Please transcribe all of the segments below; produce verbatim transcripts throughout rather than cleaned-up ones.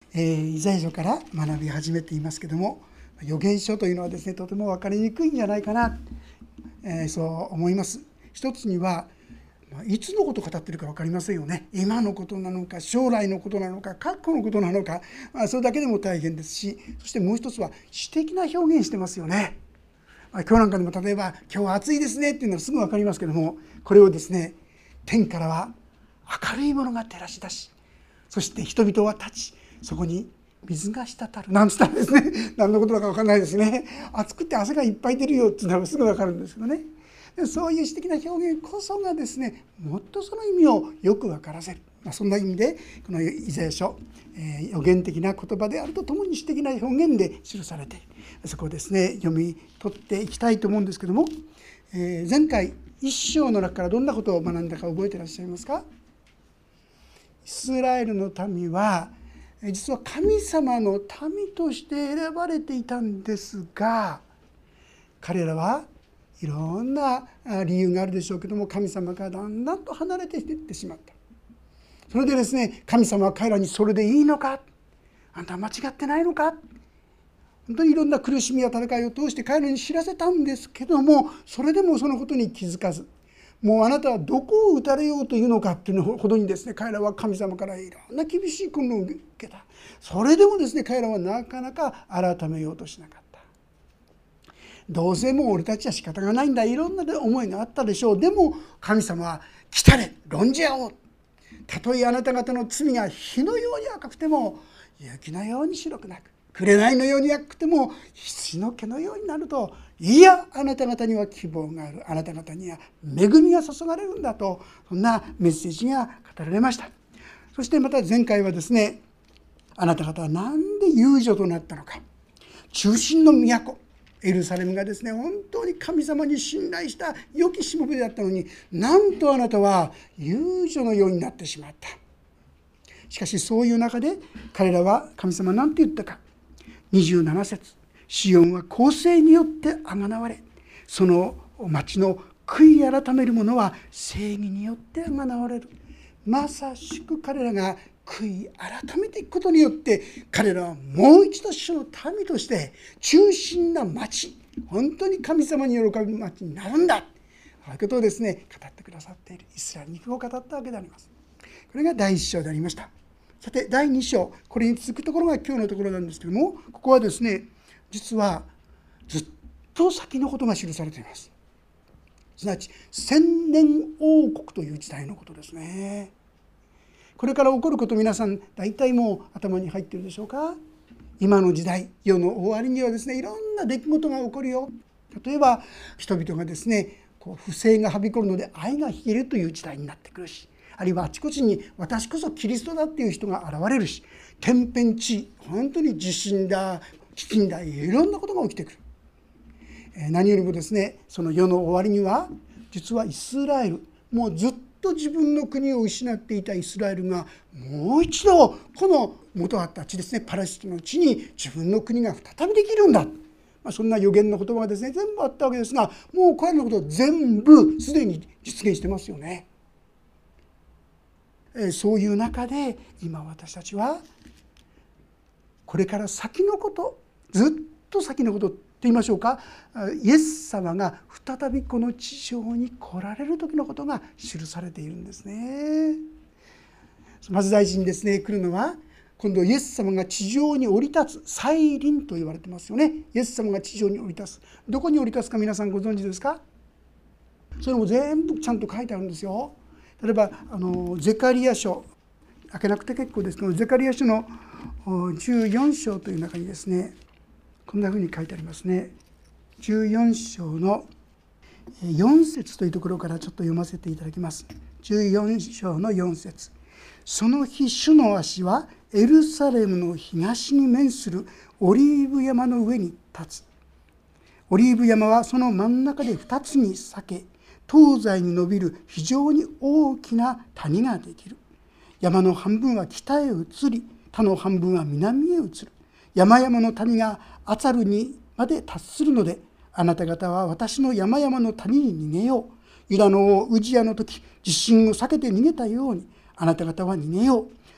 えー、イザヤ書から学び始めていますけども、預言書というのはですね、とても分かりにくいんじゃないかな、えー、そう思います。一つには、いつのことを語っているか分かりませんよね。今のことなのか、将来のことなのか、過去のことなのか、まあ、それだけでも大変ですし、そしてもう一つは詩的な表現してますよね。まあ、今日なんかでも例えば今日は暑いですねっていうのはすぐ分かりますけども、これをですね、天からは明るいものが照らし出し、そして人々は立ち、そこに水が滴るなんつったらですね、何のことだか分からないですね。暑くて汗がいっぱい出るよっていうのはすぐ分かるんですけどね。そういう詩的な表現こそがですね、もっとその意味をよく分からせる、まあ、そんな意味でこのイザヤ書、えー、予言的な言葉であるとともに詩的な表現で記されている。そこをですね、読み取っていきたいと思うんですけども、えー、前回一章の中からどんなことを学んだか覚えていらっしゃいますか？イスラエルの民は実は神様の民として選ばれていたんですが、彼らはいろんな理由があるでしょうけども、神様からだんだんと離れていってしまった。それでですね、神様は彼らにそれでいいのか、あんたは間違ってないのか、本当にいろんな苦しみや戦いを通して彼らに知らせたんですけども、それでもそのことに気づかず、もうあなたはどこを打たれようというのかっていうほどにですね、彼らは神様からいろんな厳しい訓練を受けた。それでもですね、彼らはなかなか改めようとしなかった。どうせもう俺たちは仕方がないんだ、いろんな思いがあったでしょう。でも神様は来たれ、論じ合おう。たとえあなた方の罪が火のように赤くても雪のように白くなく、紅のように赤くても羊の毛のようになると、いやあなた方には希望がある、あなた方には恵みが注がれるんだと、そんなメッセージが語られました。そしてまた前回はですね、あなた方は何で遊女となったのか。中心の都エルサレムがですね、本当に神様に信頼した良きしもべだったのに、なんとあなたは遊女のようになってしまった。しかしそういう中で彼らは神様は何て言ったか。にじゅうなな節、シオンは公正によってあがなわれ、その町の悔い改める者は正義によってあがなわれる。まさしく彼らが悔い改めていくことによって、彼らはもう一度主の民として中心な町、本当に神様に喜ぶ町になるんだ、ということをですね語ってくださっている。イスラエルに語を語ったわけであります。これがだいいっ章でありました。さてだいに章、これに続くところが今日のところなんですけども、ここはですね、実はずっと先のことが記されています。すなわち千年王国という時代のことですね。これから起こること、皆さん大体もう頭に入っているでしょうか。今の時代、世の終わりにはですね、いろんな出来事が起こるよ。例えば人々がですね、こう不正がはびこるので愛が冷えるという時代になってくるし、あるいはあちこちに私こそキリストだっていう人が現れるし、天変地異、本当に地震だ飢饉だ、いろんなことが起きてくる。何よりもですね、その世の終わりには実はイスラエル、もうずっと自分の国を失っていたイスラエルがもう一度この元あった地ですね、パレスチナの地に自分の国が再びできるんだ、まあ、そんな予言の言葉がですね全部あったわけですが、もうこれらのことを全部すでに実現してますよね。そういう中で今私たちはこれから先のこと、ずっと先のことと言いましょうか、イエス様が再びこの地上に来られる時のことが記されているんですね。まず大事にですね来るのは、今度イエス様が地上に降り立つ再臨と言われてますよね。イエス様が地上に降り立つ、どこに降り立つか皆さんご存知ですか？それも全部ちゃんと書いてあるんですよ。例えばあのゼカリヤ書、開けなくて結構ですけど、ゼカリヤ書のじゅうよん章という中にですね、こんなふうに書いてありますね。じゅうよん章のよん節というところからちょっと読ませていただきます。じゅうよん章のよん節、その日主の足はエルサレムの東に面するオリーブ山の上に立つ。オリーブ山はその真ん中で二つに裂け、東西に伸びる非常に大きな谷ができる。山の半分は北へ移り、他の半分は南へ移る。山々の谷がアツァルにまで達するので、あなた方は私の山々の谷に逃げよう。ユダの王ウジヤの時、地震を避けて逃げたように、あなた方は逃げよう。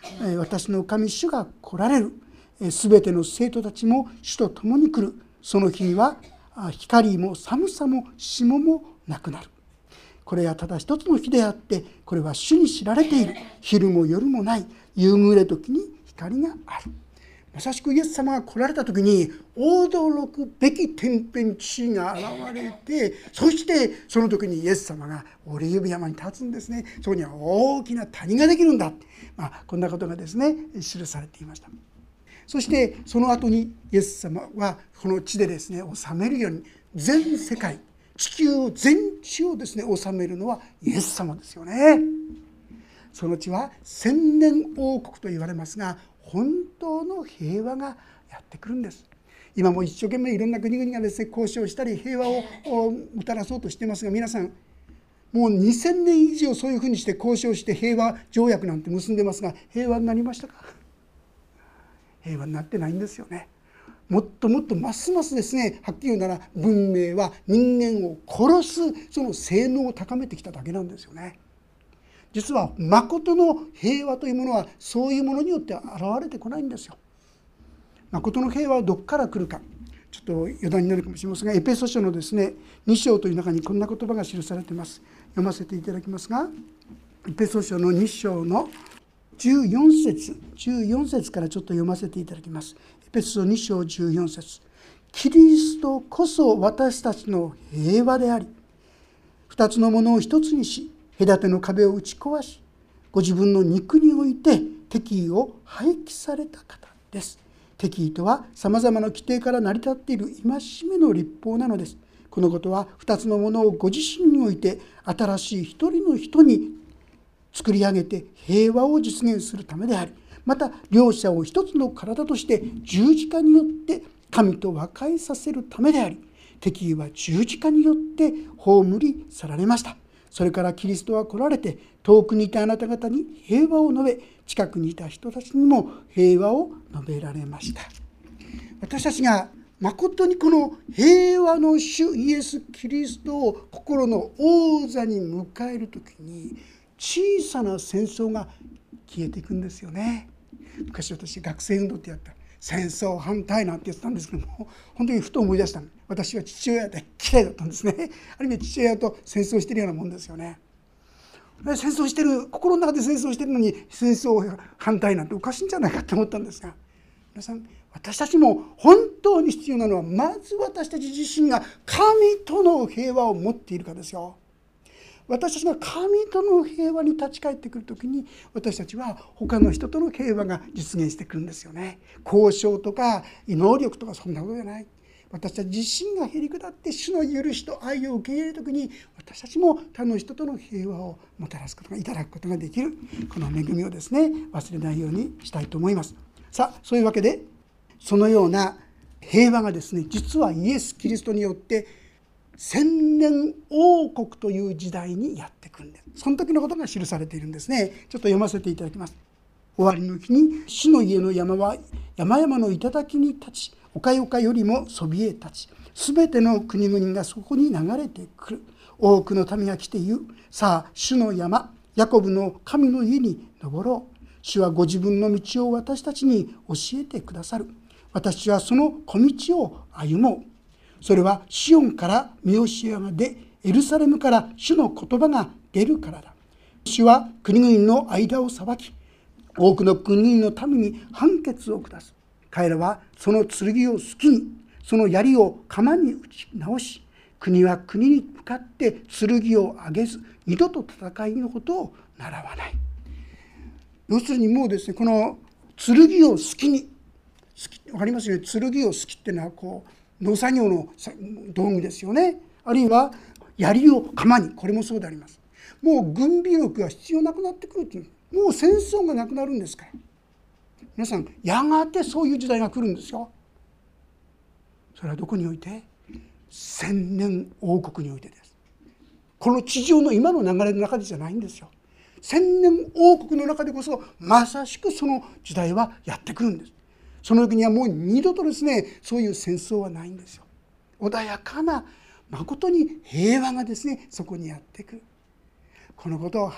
私の神主が来られる。すべての生徒たちも主と共に来る。その日には光も寒さも霜もなくなる。これはただ一つの日であって、これは主に知られている。昼も夜もない夕暮れ時に光がある。まさしくイエス様が来られた時に驚くべき天変地異が現れて、そしてその時にイエス様がオリーブ山に立つんですね。そこには大きな谷ができるんだ、まあ、こんなことがですね記されていました。そしてその後にイエス様はこの地でですね治めるように、全世界地球全地をですね治めるのはイエス様ですよね。その地は千年王国と言われますが、本当の平和がやってくるんです。今も一生懸命いろんな国々がですね交渉したり平和をもたらそうとしていますが、皆さんもうにせんねん以上そういうふうにして交渉して平和条約なんて結んでますが、平和になりましたか？平和になってないんですよね。もっともっとますますですね、はっきり言うなら文明は人間を殺すその性能を高めてきただけなんですよね。実は誠の平和というものはそういうものによって現れてこないんですよ。誠の平和はどこから来るか、ちょっと余談になるかもしれませんが、エペソ書のですねに章という中にこんな言葉が記されています。読ませていただきますが、エペソ書のに章のじゅうよん節じゅうよん節からちょっと読ませていただきます。エペソに章じゅうよん節、キリストこそ私たちの平和であり、二つのものを一つにし、隔ての壁を打ち壊し、ご自分の肉において敵意を廃棄された方です。敵意とはさまざまな規定から成り立っている戒めの律法なのです。このことは二つのものをご自身において新しい一人の人に作り上げて平和を実現するためであり、また両者を一つの体として十字架によって神と和解させるためであり、敵意は十字架によって葬り去られました。それからキリストは来られて、遠くにいたあなた方に平和を述べ、近くにいた人たちにも平和を述べられました。私たちが誠にこの平和の主イエス・キリストを心の王座に迎えるときに、小さな戦争が消えていくんですよね。昔私学生運動ってやった戦争反対なんて言ってたんですけども、本当にふと思い出したの。私は父親で嫌いだったんですね。ある意味父親と戦争してるようなもんですよね。戦争してる、心の中で戦争してるのに戦争反対なんておかしいんじゃないかって思ったんですが、皆さん、私たちも本当に必要なのは、まず私たち自身が神との平和を持っているかですよ。私たちが神との平和に立ち返ってくるときに、私たちは他の人との平和が実現してくるんですよね。交渉とか能力とかそんなことじゃない。私たち自身がへり下って主の許しと愛を受け入れるときに、私たちも他の人との平和をもたらすことがいただくことができる、この恵みをですね忘れないようにしたいと思います。さあ、そういうわけでそのような平和がですね、実はイエス・キリストによって千年王国という時代にやってくるんです。その時のことが記されているんですね。ちょっと読ませていただきます。終わりの日に主の家の山は山々の頂に立ち、丘々よりもそびえ立ち、すべての国々がそこに流れてくる。多くの民が来て言う。さあ、主の山、ヤコブの神の家に登ろう。主はご自分の道を私たちに教えてくださる。私はその小道を歩もう。それはシオンから見教えが出、エルサレムから主の言葉が出るからだ。主は国々の間を裁き、多くの国々の民に判決を下す。彼らはその剣を好きに、その槍を鎌に打ち直し、国は国に向かって剣を上げず、二度と戦いのことを習わない。要するにもうですね、この剣を好きに、わかりますよね。剣を好きっていうのはこう農作業の道具ですよね。あるいは槍を鎌に、これもそうであります。もう軍備力が必要なくなってくるっていう、もう戦争がなくなるんですから。皆さん、やがてそういう時代が来るんですよ。それはどこにおいて？千年王国においてです。この地上の今の流れの中でじゃないんですよ。千年王国の中でこそまさしくその時代はやってくるんです。その時にはもう二度とですね、そういう戦争はないんですよ。穏やかな、誠に平和がですね、そこにやってくる。このことをはっ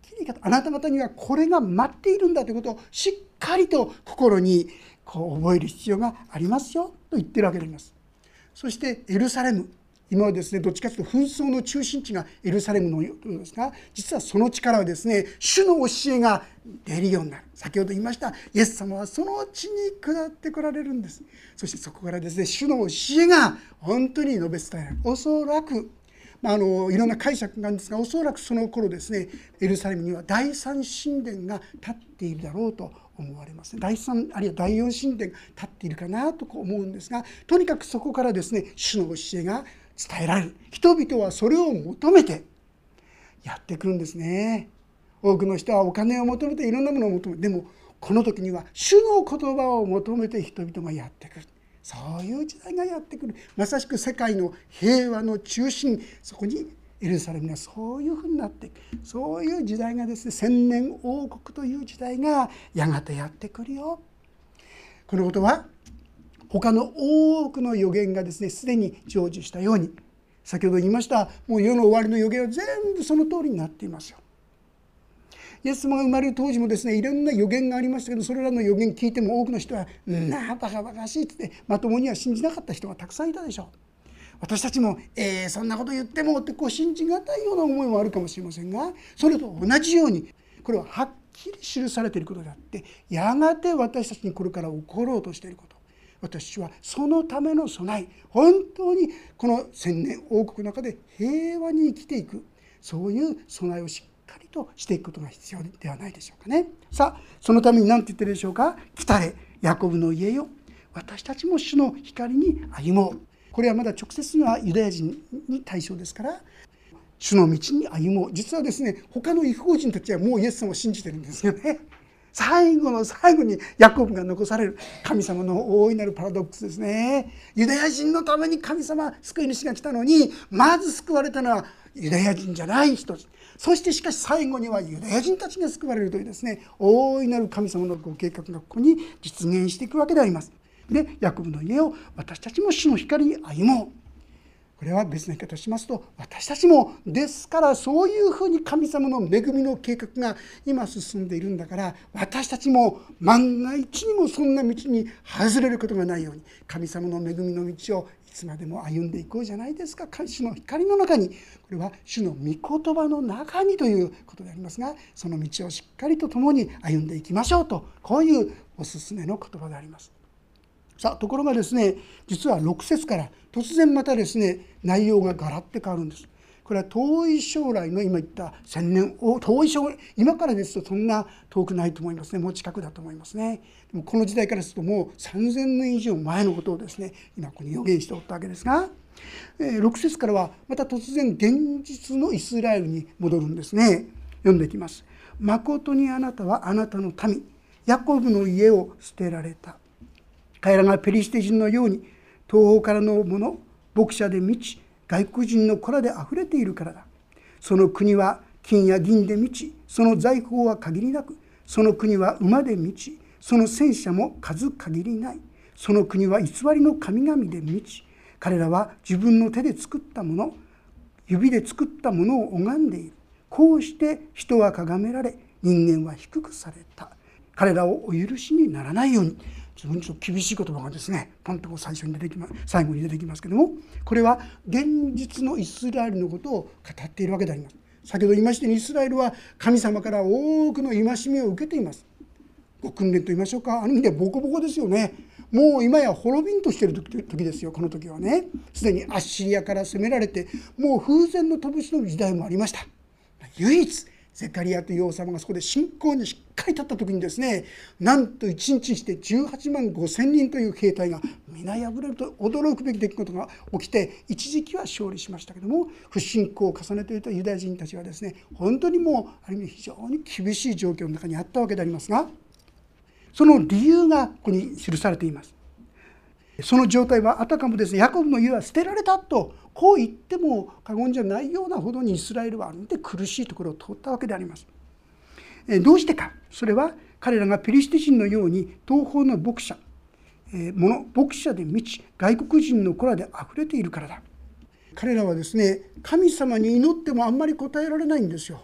きりあなた方にはこれが待っているんだということをしっかりと心にこう覚える必要がありますよと言っているわけであります。そしてエルサレム、今はですねどっちかというと紛争の中心地がエルサレムのようですが、実はその力はですね主の教えが出るようになる。先ほど言いましたイエス様はその地に下ってこられるんです。そしてそこからですね主の教えが本当に述べ伝えられる。おそらくまあ、あのいろんな解釈があるんですが、おそらくその頃ですねエルサレムには第三神殿が立っているだろうと思われますね。第三あるいは第四神殿が立っているかなと思うんですが、とにかくそこからですね主の教えが伝えられる。人々はそれを求めてやってくるんですね。多くの人はお金を求めていろんなものを求めて、でもこの時には主の言葉を求めて人々がやってくる。そういう時代がやってくる。まさしく世界の平和の中心、そこにエルサレムがそういうふうになっていく。そういう時代がですね千年王国という時代がやがてやってくるよ。このことは他の多くの預言がですねすでに成就したように、先ほど言いましたもう世の終わりの預言は全部その通りになっていますよ。イエス様が生まれる当時もですねいろんな預言がありましたけど、それらの預言聞いても多くの人は「なあバカバカしい」ってまともには信じなかった人がたくさんいたでしょう。私たちも、えー、そんなこと言ってもってこう信じがたいような思いもあるかもしれませんが、それと同じようにこれははっきり記されていることであって、やがて私たちにこれから起ころうとしていること、私はそのための備え、本当にこの千年王国の中で平和に生きていく、そういう備えをしっかりとしていくことが必要ではないでしょうかね。さあそのために何て言ってるでしょうか。来たれヤコブの家よ、私たちも主の光に歩もう。これはまだ直接にはユダヤ人に対象ですから、主の道に歩もう。実はですね他の異邦人たちはもうイエス様を信じてるんですよね。最後の最後にヤコブが残される、神様の大いなるパラドックスですね。ユダヤ人のために神様救い主が来たのに、まず救われたのはユダヤ人じゃない人、そしてしかし最後にはユダヤ人たちが救われるというですね大いなる神様のご計画がここに実現していくわけであります。でヤコブの家を私たちも主の光に歩もう。これは別な言い方をしますと、私たちもですからそういうふうに神様の恵みの計画が今進んでいるんだから、私たちも万が一にもそんな道に外れることがないように神様の恵みの道をいつまでも歩んでいこうじゃないですか。主の光の中に、これは主の御言葉の中にということでありますが、その道をしっかりと共に歩んでいきましょうと、こういうおすすめの言葉であります。さあところがですね、実はろく節から突然またですね内容がガラッて変わるんです。これは遠い将来の今言った千年を遠い将来、今からですとそんな遠くないと思いますね。もう近くだと思いますね。でもこの時代からするともうさんぜんねん以上前のことをですね今ここに予言しておったわけですが、ろく節からはまた突然現実のイスラエルに戻るんですね。読んでいきます。誠にあなたはあなたの民ヤコブの家を捨てられた。彼らがペリシテ人のように東方からの者、牧者で満ち、外国人の子らであふれているからだ。その国は金や銀で満ち、その財宝は限りなく、その国は馬で満ち、その戦車も数限りない。その国は偽りの神々で満ち、彼らは自分の手で作ったもの、指で作ったものを拝んでいる。こうして人は崇められ、人間は低くされた。彼らをお許しにならないように。自分ちょっと厳しい言葉がですねポンと最初に出てきます、最後に出てきますけども、これは現実のイスラエルのことを語っているわけであります。先ほど言いましたようにイスラエルは神様から多くの戒めを受けています。ご訓練と言いましょうか、あの意味ではボコボコですよね。もう今や滅びんとしている時ですよ。この時はねすでにアッシリアから攻められてもう風前の飛ぶの時代もありました。唯一ゼカリアという王様がそこで信仰にしっかり立った時にですね、なんと一日してじゅうはちまんごせんにんという兵隊が皆敗れると驚くべき出来事が起きて、一時期は勝利しましたけども、不信仰を重ねていたユダヤ人たちはですね本当にもうある意味非常に厳しい状況の中にあったわけでありますが、その理由がここに記されています。その状態はあたかもですねヤコブの家は捨てられたとこう言っても過言じゃないようなほどにイスラエルはあるので苦しいところを通ったわけであります。どうしてか。それは彼らがペリシテ人のように東方の牧者、者牧者で満ち外国人の子らであふれているからだ。彼らはですね神様に祈ってもあんまり答えられないんですよ。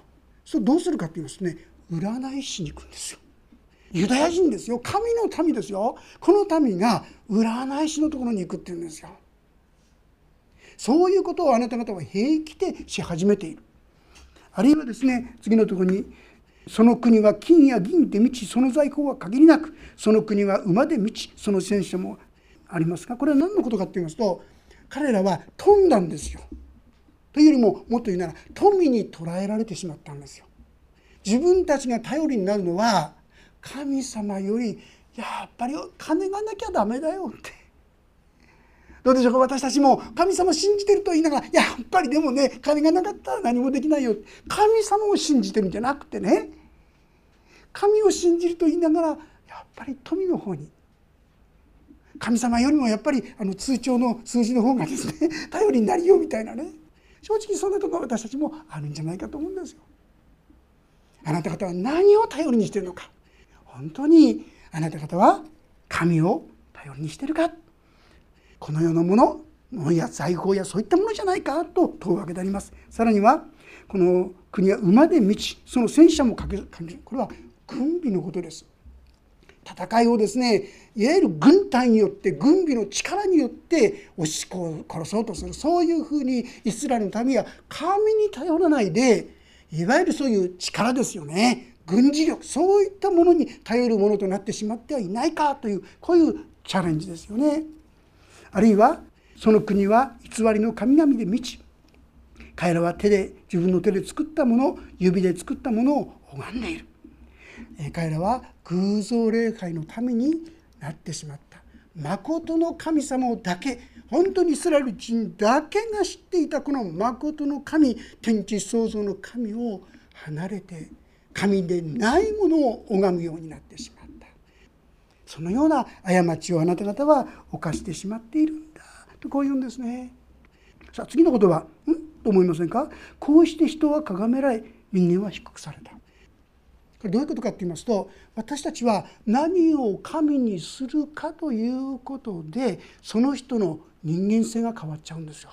そうどうするかって言いますとね、占い師に行くんですよ。ユダヤ人ですよ、神の民ですよ。この民が占い師のところに行くっていうんですよ。そういうことをあなた方は平気でし始めている。あるいはですね、次のところに、その国は金や銀で満ち、その財宝は限りなく、その国は馬で満ち、その戦車もありますが、これは何のことかと言いますと、彼らは富んだんですよ。というよりも、もっと言うなら富に捉えられてしまったんですよ。自分たちが頼りになるのは神様より、やっぱり金がなきゃダメだよって。どうでしょうか。私たちも神様信じてると言いながら、やっぱりでもね、金がなかったら何もできないよ。神様を信じてるんじゃなくてね、神を信じると言いながら、やっぱり富の方に、神様よりもやっぱりあの通帳の数字の方がですね、頼りになるよみたいなね、正直そんなところ私たちもあるんじゃないかと思うんですよ。あなた方は何を頼りにしているのか。本当にあなた方は神を頼りにしているか。この世のもの、物や財宝やそういったものじゃないかと問うわけであります。さらには、この国は馬で満ち、その戦車もかける。これは軍備のことです。戦いをですね、いわゆる軍隊によって、軍備の力によって押し殺そうとする。そういうふうにイスラエルの民は神に頼らないで、いわゆるそういう力ですよね、軍事力、そういったものに頼るものとなってしまってはいないかという、こういうチャレンジですよね。あるいは、その国は偽りの神々で満ち、彼らは手で自分の手で作ったもの、指で作ったものを拝んでいる。彼らは偶像礼拝のためになってしまった。誠の神様をだけ、本当にイスラエル人だけが知っていたこの誠の神、天地創造の神を離れて、神でないものを拝むようになってしまった。そのような過ちをあなた方は犯してしまっているんだと、こう言うんですね。さあ次の言葉、んと思いませんか。こうして人は崇められ、人間は低くされた。これどういうことかと言いますと、私たちは何を神にするかということで、その人の人間性が変わっちゃうんですよ。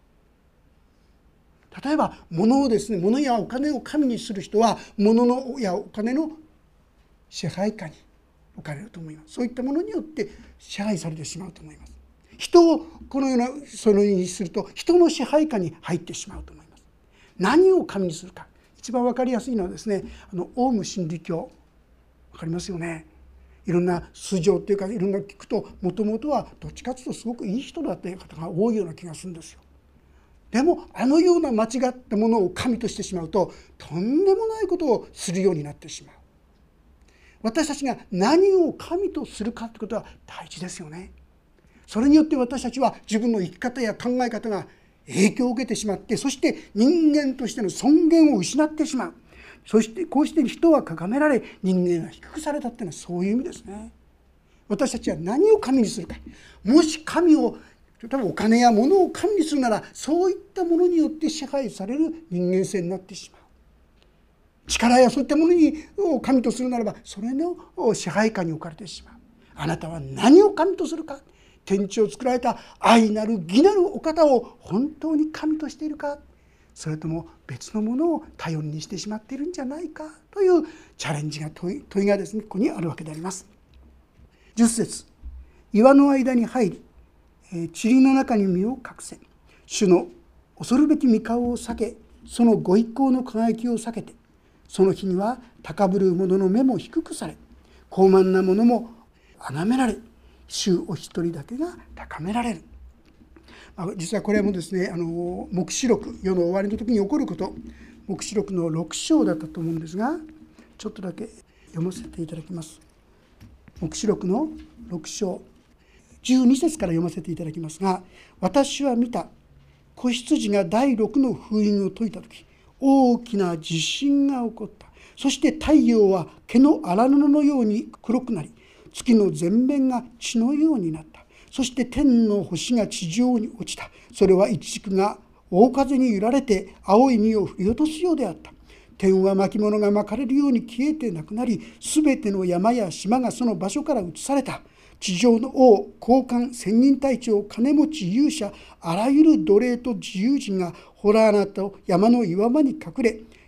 例えば物をですね、物やお金を神にする人は、物のやお金の支配下に置かれると思います。そういったものによって支配されてしまうと思います。人をこのようなそのようにすると、人の支配下に入ってしまうと思います。何を神にするか、一番分かりやすいのはですね、あのオウム真理教、分かりますよね。いろんな素性っていうか、いろんな聞くと、もともとはどっちかというとすごくいい人だった方が多いような気がするんですよ。でもあのような間違ったものを神としてしまうと、とんでもないことをするようになってしまう。私たちが何を神とするかということは大事ですよね。それによって私たちは自分の生き方や考え方が影響を受けてしまって、そして人間としての尊厳を失ってしまう。そしてこうして人は崇められ、人間は低くされたっていうのはそういう意味ですね。私たちは何を神にするか。もし神を、例えばお金や物を神にするなら、そういったものによって支配される人間性になってしまう。力やそういったものにを神とするならば、それの支配下に置かれてしまう。あなたは何を神とするか。天地を作られた愛なる義なるお方を本当に神としているか、それとも別のものを頼りにしてしまっているんじゃないかというチャレンジが、問い、問いがですね、ここにあるわけであります。じゅっ節、岩の間に入り、塵の中に身を隠せ、主の恐るべき御顔を避け、そのご一行の輝きを避けて、その日には高ぶる者の目も低くされ、高慢な者も崇められ、主お一人だけが高められる。実はこれもですね、あの黙示録、世の終わりの時に起こること、黙示録のろく章だったと思うんですが、ちょっとだけ読ませていただきます。黙示録のろく章じゅうに節から読ませていただきますが、私は見た、子羊が第六の封印を解いた時、大きな地震が起こった。そして太陽は毛の荒布のように黒くなり、月の全面が血のようになった。そして天の星が地上に落ちた。それは一軸が大風に揺られて青い実を振り落とすようであった。天は巻物が巻かれるように消えてなくなり、すべての山や島がその場所から移された。地上の王、高官、千人隊長、金持ち、勇者、あらゆる奴隷と自由人が洞穴と山の岩場に隠れ、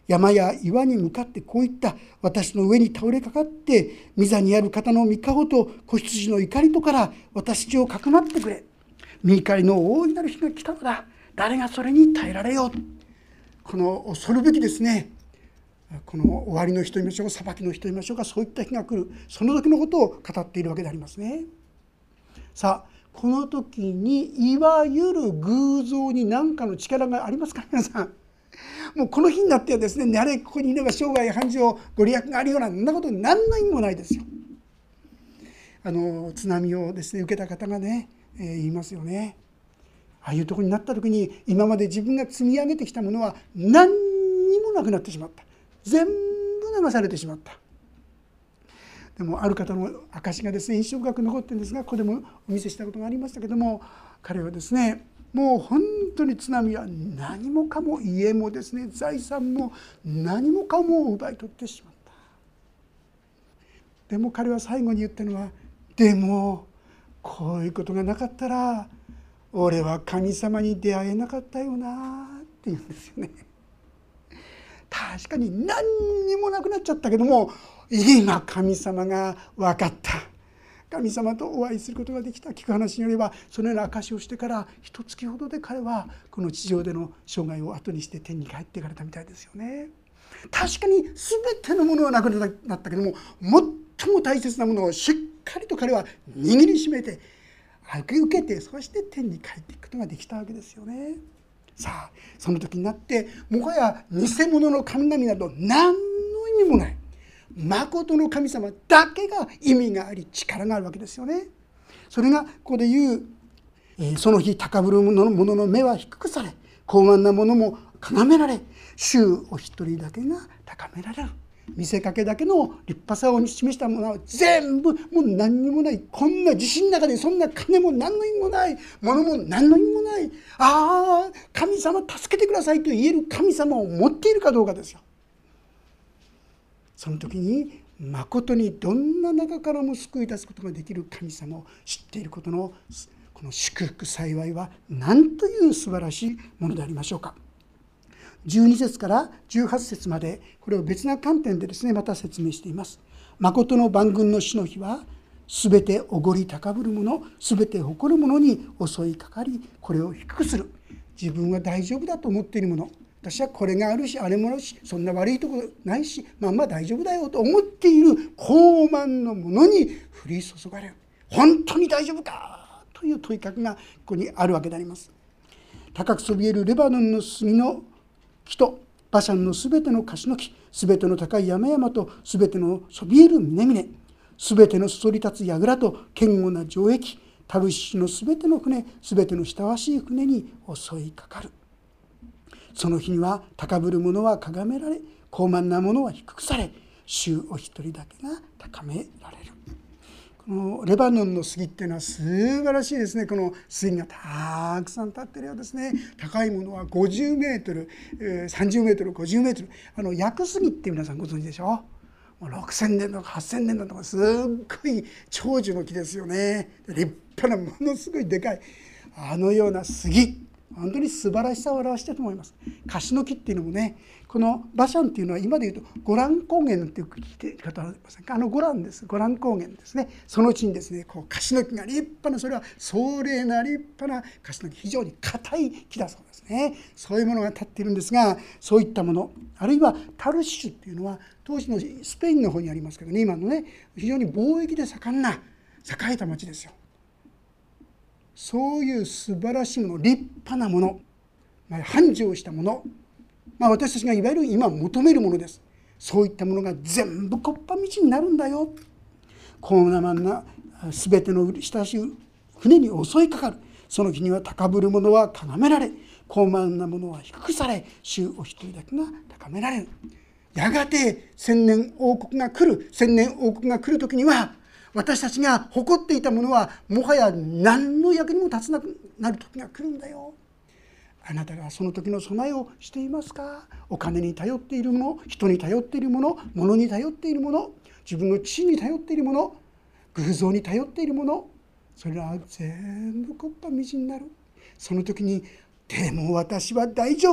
山や岩に向かってこう言った。私の上に倒れかかって、御座にある方の御顔と子羊の怒りとから私をかくまってくれ。御怒りの大いなる日が来たのだ。誰がそれに耐えられよう。この恐るべきですね、この終わりの日と言いましょうか、裁きの日と言いましょうか、そういった日が来る、その時のことを語っているわけでありますね。さあ、この時にいわゆる偶像に何かの力がありますか、皆さん。もうこの日になってはですね、あれここにいれば生涯繁盛ご利益があるような、そんなこと何の意味もないですよ。あの津波をですね受けた方がね、えー、言いますよね。ああいうところになった時に、今まで自分が積み上げてきたものは何にもなくなってしまった。全部流されてしまった。でもある方の証がですね印象深く残ってるんですが、ここでもお見せしたことがありましたけども、彼はですね、もう本当に津波は何もかも、家もですね財産も何もかも奪い取ってしまった。でも彼は最後に言ったのは、でもこういうことがなかったら俺は神様に出会えなかったよなって言うんですよね。確かに何にもなくなっちゃったけども、今神様が分かった。神様とお会いすることができた。聞く話によれば、そのような証しをしてから一月ほどで彼はこの地上での生涯を後にして天に帰っていかれたみたいですよね。確かに全てのものはなくなったけども、最も大切なものをしっかりと彼は握りしめて受けて、そして天に帰っていくことができたわけですよね。さあ、その時になってもはや偽物の神々など何の意味もない、誠の神様だけが意味があり力があるわけですよね。それがここで言う、えー、その日高ぶる者の目は低くされ、高慢な者も崇められ、主お一人だけが高められる。見せかけだけの立派さを示したものは全部もう何にもない。こんな地震の中でそんな金も何の意味もない、物も何の意味もない。ああ、神様助けてくださいと言える神様を持っているかどうかですよ。その時に誠にどんな中からも救い出すことができる神様を知っていることのこの祝福幸いは何という素晴らしいものでありましょうか。じゅうに節からじゅうはち節まで、これを別な観点でですねまた説明しています。誠の万軍の主の日は、すべておごり高ぶる者、すべて誇る者に襲いかかり、これを低くする。自分は大丈夫だと思っているもの、私はこれがあるしあれもあるし、そんな悪いところないし、まあまあ大丈夫だよと思っている高慢のものに降り注がれる。本当に大丈夫かという問いかけがここにあるわけであります。高くそびえるレバノンの杉の木とバシャンのすべての樫の木、すべての高い山々とすべてのそびえる峰々、すべてのそそり立つ櫓と堅固な城壁、タルシシのすべての船、すべての親しい船に襲いかかる。その日には高ぶる者はかがめられ、高慢な者は低くされ、主お一人だけが高められる。このレバノンの杉っていうのは素晴らしいですね。この杉がたくさん立ってるようですね。高いものはごじゅうメートル、さんじゅうメートル、ごじゅうメートル、あの屋久杉って皆さんご存知でしょ。ろくせんねんとかはっせんねんとかすっごい長寿の木ですよね。立派なものすごいでかいあのような杉、本当に素晴らしさを表していると思います。樫の木っていうのもね、このバシャンっていうのは今でいうとゴラン高原っていう聞いてる方はありませんか。あのゴランです。ゴラン高原ですね。そのうちにですね、こう樫の木が立派な、それは壮麗な立派な樫の木、非常に硬い木だそうですね。そういうものが立っているんですが、そういったもの、あるいはタルシシュっていうのは当時のスペインの方にありますけどね、今のね非常に貿易で盛んな栄えた町ですよ。そういう素晴らしいもの、立派なもの、まあ、繁盛したもの、まあ、私たちがいわゆる今求めるものです。そういったものが全部こっぱみちになるんだよ。高慢なすべての親しい船に襲いかかる。その日には高ぶる者はかがめられ、高慢な者は低くされ、主お一人だけが高められる。やがて千年王国が来る。千年王国が来る時には、私たちが誇っていたものはもはや何の役にも立たなくなる時が来るんだよ。あなたがその時の備えをしていますか。お金に頼っているもの、人に頼っているもの、物に頼っているもの、自分の地位に頼っているもの、偶像に頼っているもの、それらは全部こっぱみじんになる。その時に、でも私は大丈夫、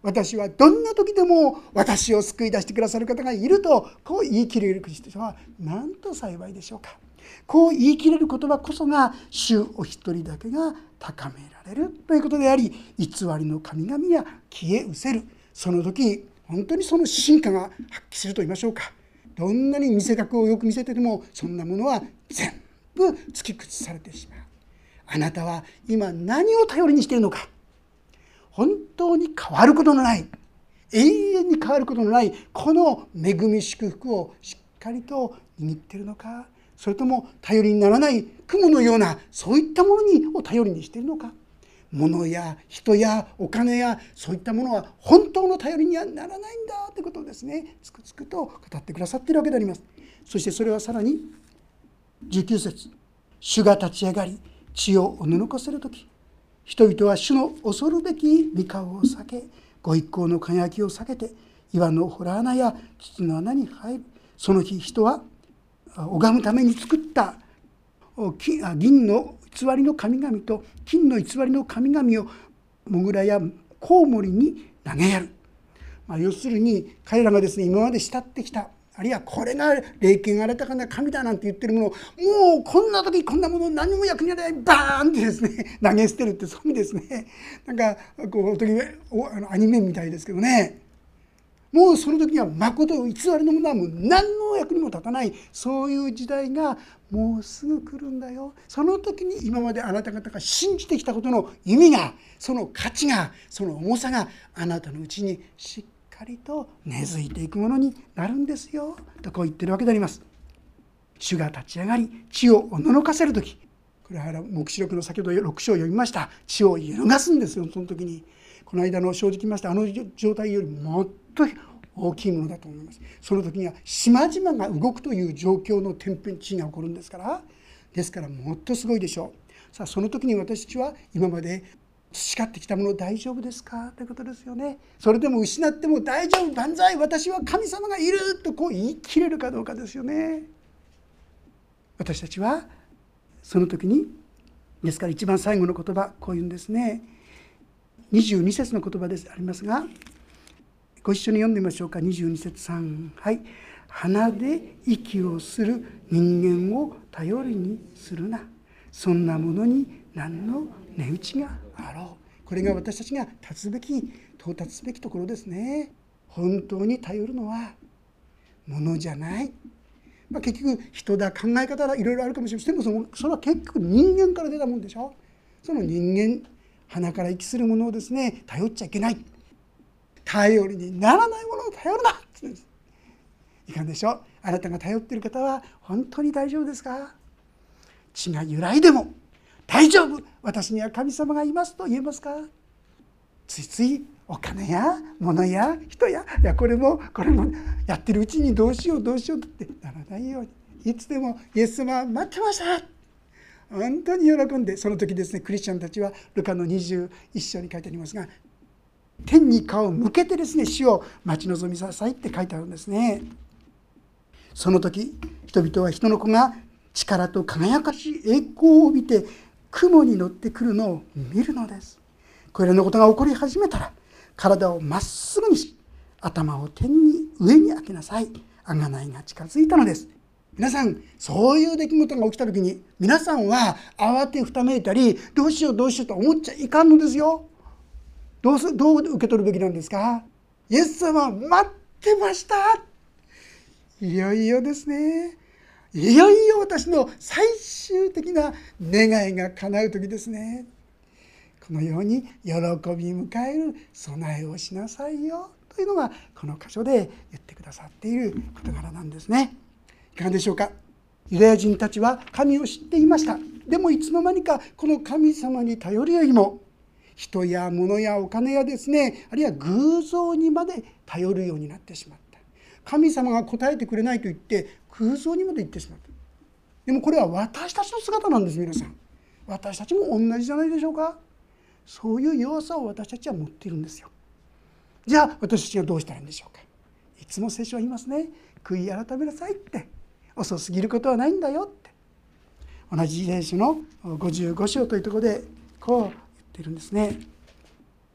私はどんな時でも私を救い出してくださる方がいるとこう言い切れるクリスチャンはなんと幸いでしょうか。こう言い切れる言葉こそが主お一人だけが高められるということであり、偽りの神々は消え失せる。その時本当にその進化が発揮すると言いましょうか。どんなに見せ格をよく見せててもそんなものは全部突き崩されてしまう。あなたは今何を頼りにしているのか。本当に変わることのない、永遠に変わることのないこの恵み祝福をしっかりと握っているのか、それとも頼りにならない雲のようなそういったものにを頼りにしているのか。物や人やお金やそういったものは本当の頼りにはならないんだということをですね、つくつくと語ってくださっているわけであります。そしてそれはさらにじゅうきゅう節、主が立ち上がり地をおののかせるとき、人々は主の恐るべき御顔を避け、ご一行の輝きを避けて岩の洞穴や土の穴に入る。その日人は拝むために作った銀の偽りの神々と金の偽りの神々をモグラやコウモリに投げやる。まあ、要するに彼らがですね、今まで慕ってきた、あるいはこれが霊験が豊かな神だなんて言ってるものを、もうこんな時こんなもの何も役に立たないバーンってですね投げ捨てるって、そういう意味ですね。なんかこう時あのアニメみたいですけどね、もうその時には誠偽りのものはもう何の役にも立たない、そういう時代がもうすぐ来るんだよ。その時に今まであなた方が信じてきたことの意味が、その価値が、その重さがあなたのうちにしっかりと根付いていくものになるんですよとこう言ってるわけであります。主が立ち上がり地をおののかせる時、これは黙示録の先ほどろく章を読みました。地を揺るがすんですよ。その時にこの間の正直言いましたあの状態よりもっと大きいものだと思います。その時には島々が動くという状況の天変地異が起こるんですから、ですからもっとすごいでしょう。さあその時に私たちは今まで培ってきたもの大丈夫ですかということですよね。それでも失っても大丈夫、万歳、私は神様がいるとこう言い切れるかどうかですよね。私たちはその時に、ですから一番最後の言葉こう言うんですね。にじゅうに節の言葉ですありますが、ご一緒に読んでみましょうか。にじゅうに節さん、はい。鼻で息をする人間を頼りにするな。そんなものに何の値打ちがあろう。これが私たちが立つべき到達すべきところですね。本当に頼るのは物じゃない、まあ、結局人だ、考え方だ、いろいろあるかもしれません。でもそれは結局人間から出たもんでしょ。その人間、鼻から息するものをですね頼っちゃいけない。頼りにならないものを頼るなって言うんです。いかんでしょう。あなたが頼っている方は本当に大丈夫ですか。血が揺らいでも大丈夫、私には神様がいますと言えますか。ついついお金や物や人や、いやこれもこれもやってるうちにどうしようどうしようってならないように、いつでもイエス様は待ってました、本当に喜んで。その時ですね、クリスチャンたちはルカのにじゅういっ章に書いてありますが、天に顔を向けてですね主を待ち望みなさいって書いてあるんですね。その時人々は人の子が力と輝かしい栄光を帯びて雲に乗ってくるのを見るのです。これらのことが起こり始めたら、体をまっすぐにし頭を天に上に上げなさい。贖いが近づいたのです。皆さん、そういう出来事が起きた時に皆さんは慌てふためいたりどうしようどうしようと思っちゃいかんのですよ。どうすどう受け取るべきなんですか。イエス様は待ってました。いよいよですね。いよいよ私の最終的な願いが叶う時ですね。このように喜び迎える備えをしなさいよというのがこの箇所で言ってくださっている事柄なんですね。いかがでしょうか。ユダヤ人たちは神を知っていました。でもいつの間にかこの神様に頼るよりも人や物やお金やですね、あるいは偶像にまで頼るようになってしまった。神様が答えてくれないと言って偶像にまで行ってしまった。でもこれは私たちの姿なんです。皆さん、私たちも同じじゃないでしょうか。そういう弱さを私たちは持っているんですよ。じゃあ私たちはどうしたらいいんでしょうか。いつも聖書は言いますね。悔い改めなさいって、遅すぎることはないんだよって。同じ聖書のごじゅうご章というところでこう言っているんですね。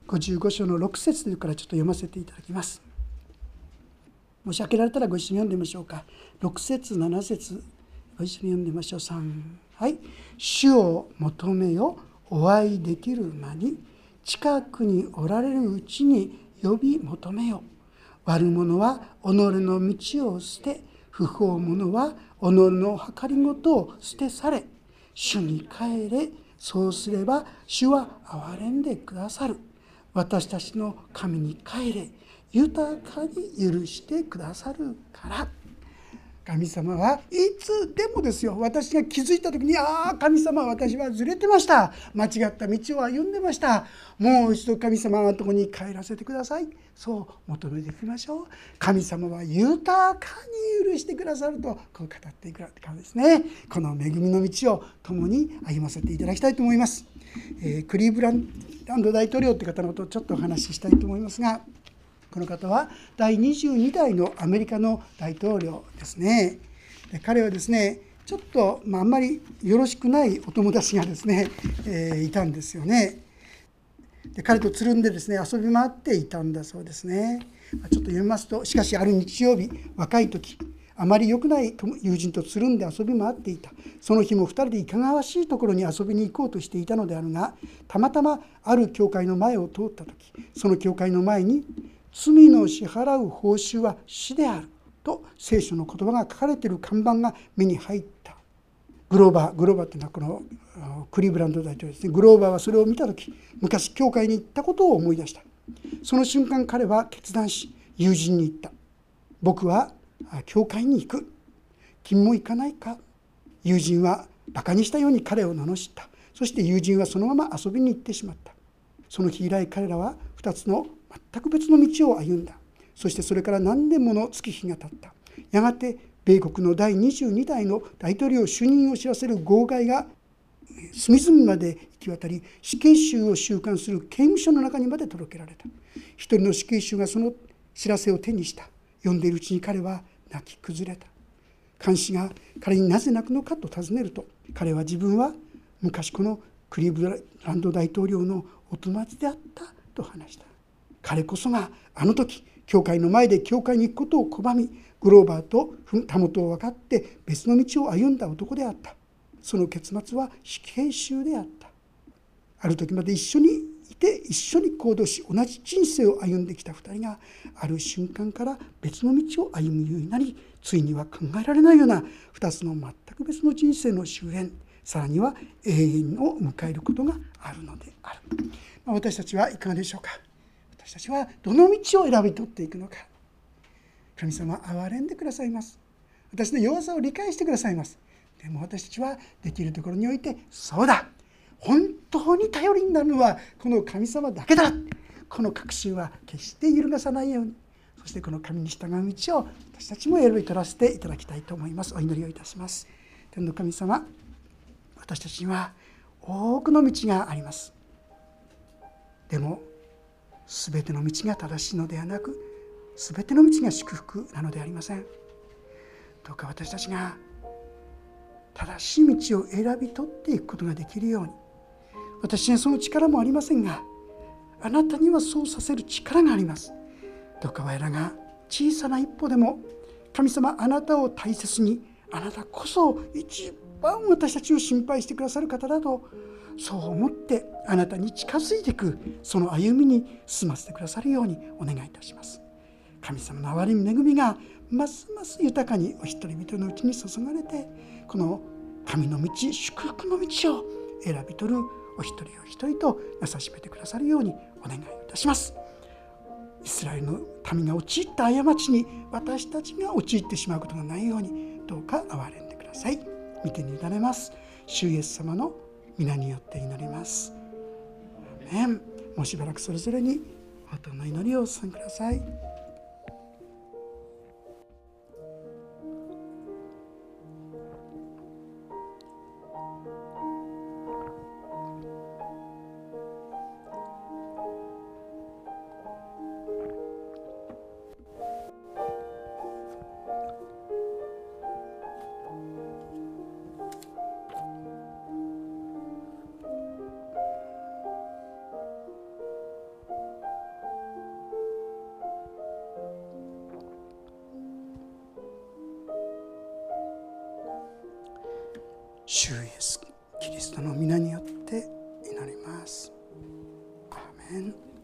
ごじゅうご章のろく節からちょっと読ませていただきます。もし開けられたらご一緒に読んでみましょうか。ろく節なな節ご一緒に読んでみましょう。さん、はい。主を求めよ、お会いできる間に、近くにおられるうちに呼び求めよ。悪者は己の道を捨て、不法者は己の計りごとを捨て去れ。主に帰れ、そうすれば主は憐れんでくださる。私たちの神に帰れ、豊かに許してくださるから。神様はいつでもですよ、私が気づいた時に、ああ神様、私はずれてました、間違った道を歩んでました、もう一度神様のところに帰らせてください、そう求めていきましょう。神様は豊かに許してくださるとこう語っていくからですね。この恵みの道を共に歩ませていただきたいと思います。えー、クリーブランド大統領という方のことをちょっとお話ししたいと思いますが、この方はだいにじゅうに代のアメリカの大統領ですね。で彼はですね、ちょっと、まあ、あんまりよろしくないお友達がですね、えー、いたんですよね。で彼とつるんでですね、遊び回っていたんだそうですね。ちょっと読みますと、しかしある日曜日、若い時、あまり良くない友人とつるんで遊び回っていた。その日もふたりでいかがわしいところに遊びに行こうとしていたのであるが、たまたまある教会の前を通った時、その教会の前に、罪の支払う報酬は死であると聖書の言葉が書かれている看板が目に入った。グローバー、グローバーというのはこのクリーブランド大統領ですね。グローバーはそれを見たとき、昔教会に行ったことを思い出した。その瞬間彼は決断し、友人に言った。僕は教会に行く。君も行かないか。友人はバカにしたように彼を罵った。そして友人はそのまま遊びに行ってしまった。その日以来彼らは二つの全く別の道を歩んだ。そしてそれから何年もの月日が経った。やがて米国のだいにじゅうに代の大統領就任を知らせる号外が隅々まで行き渡り、死刑囚を収監する刑務所の中にまで届けられた。一人の死刑囚がその知らせを手にした。読んでいるうちに彼は泣き崩れた。看守が彼になぜ泣くのかと尋ねると、彼は自分は昔このクリーブランド大統領のお友達であったと話した。彼こそがあの時教会の前で教会に行くことを拒み、グローバーとたもとを分かって別の道を歩んだ男であった。その結末は死刑囚であった。ある時まで一緒にいて一緒に行動し、同じ人生を歩んできた二人がある瞬間から別の道を歩むようになり、ついには考えられないような二つの全く別の人生の終焉、さらには永遠を迎えることがあるのである。私たちはいかがでしょうか。私たちはどの道を選び取っていくのか。神様は憐れんでくださいます。私の弱さを理解してくださいます。でも私たちはできるところにおいて、そうだ、本当に頼りになるのはこの神様だけだ、この確信は決して揺るがさないように、そしてこの神に従う道を私たちも選び取らせていただきたいと思います。お祈りをいたします。天の神様、私たちには多くの道があります。でもすべての道が正しいのではなく、すべての道が祝福なのではありません。どうか私たちが正しい道を選び取っていくことができるように、私にはその力もありませんが、あなたにはそうさせる力があります。どうか我らが小さな一歩でも、神様あなたを大切に、あなたこそ一番私たちを心配してくださる方だと、そう思ってあなたに近づいていく、その歩みに進ませてくださるようにお願いいたします。神様の憐れみ恵みがますます豊かにお一人々のうちに注がれて、この神の道、祝福の道を選び取るお一人お一人となさしめてくださるようにお願いいたします。イスラエルの民が陥った過ちに私たちが陥ってしまうことがないように、どうか憐れんでください。御手に委ねます。主イエス様の皆によって祈ります。アメン。もうしばらくそれぞれに応答の祈りをお捧げください。 主イエスキリストの皆によって祈ります。アーメン。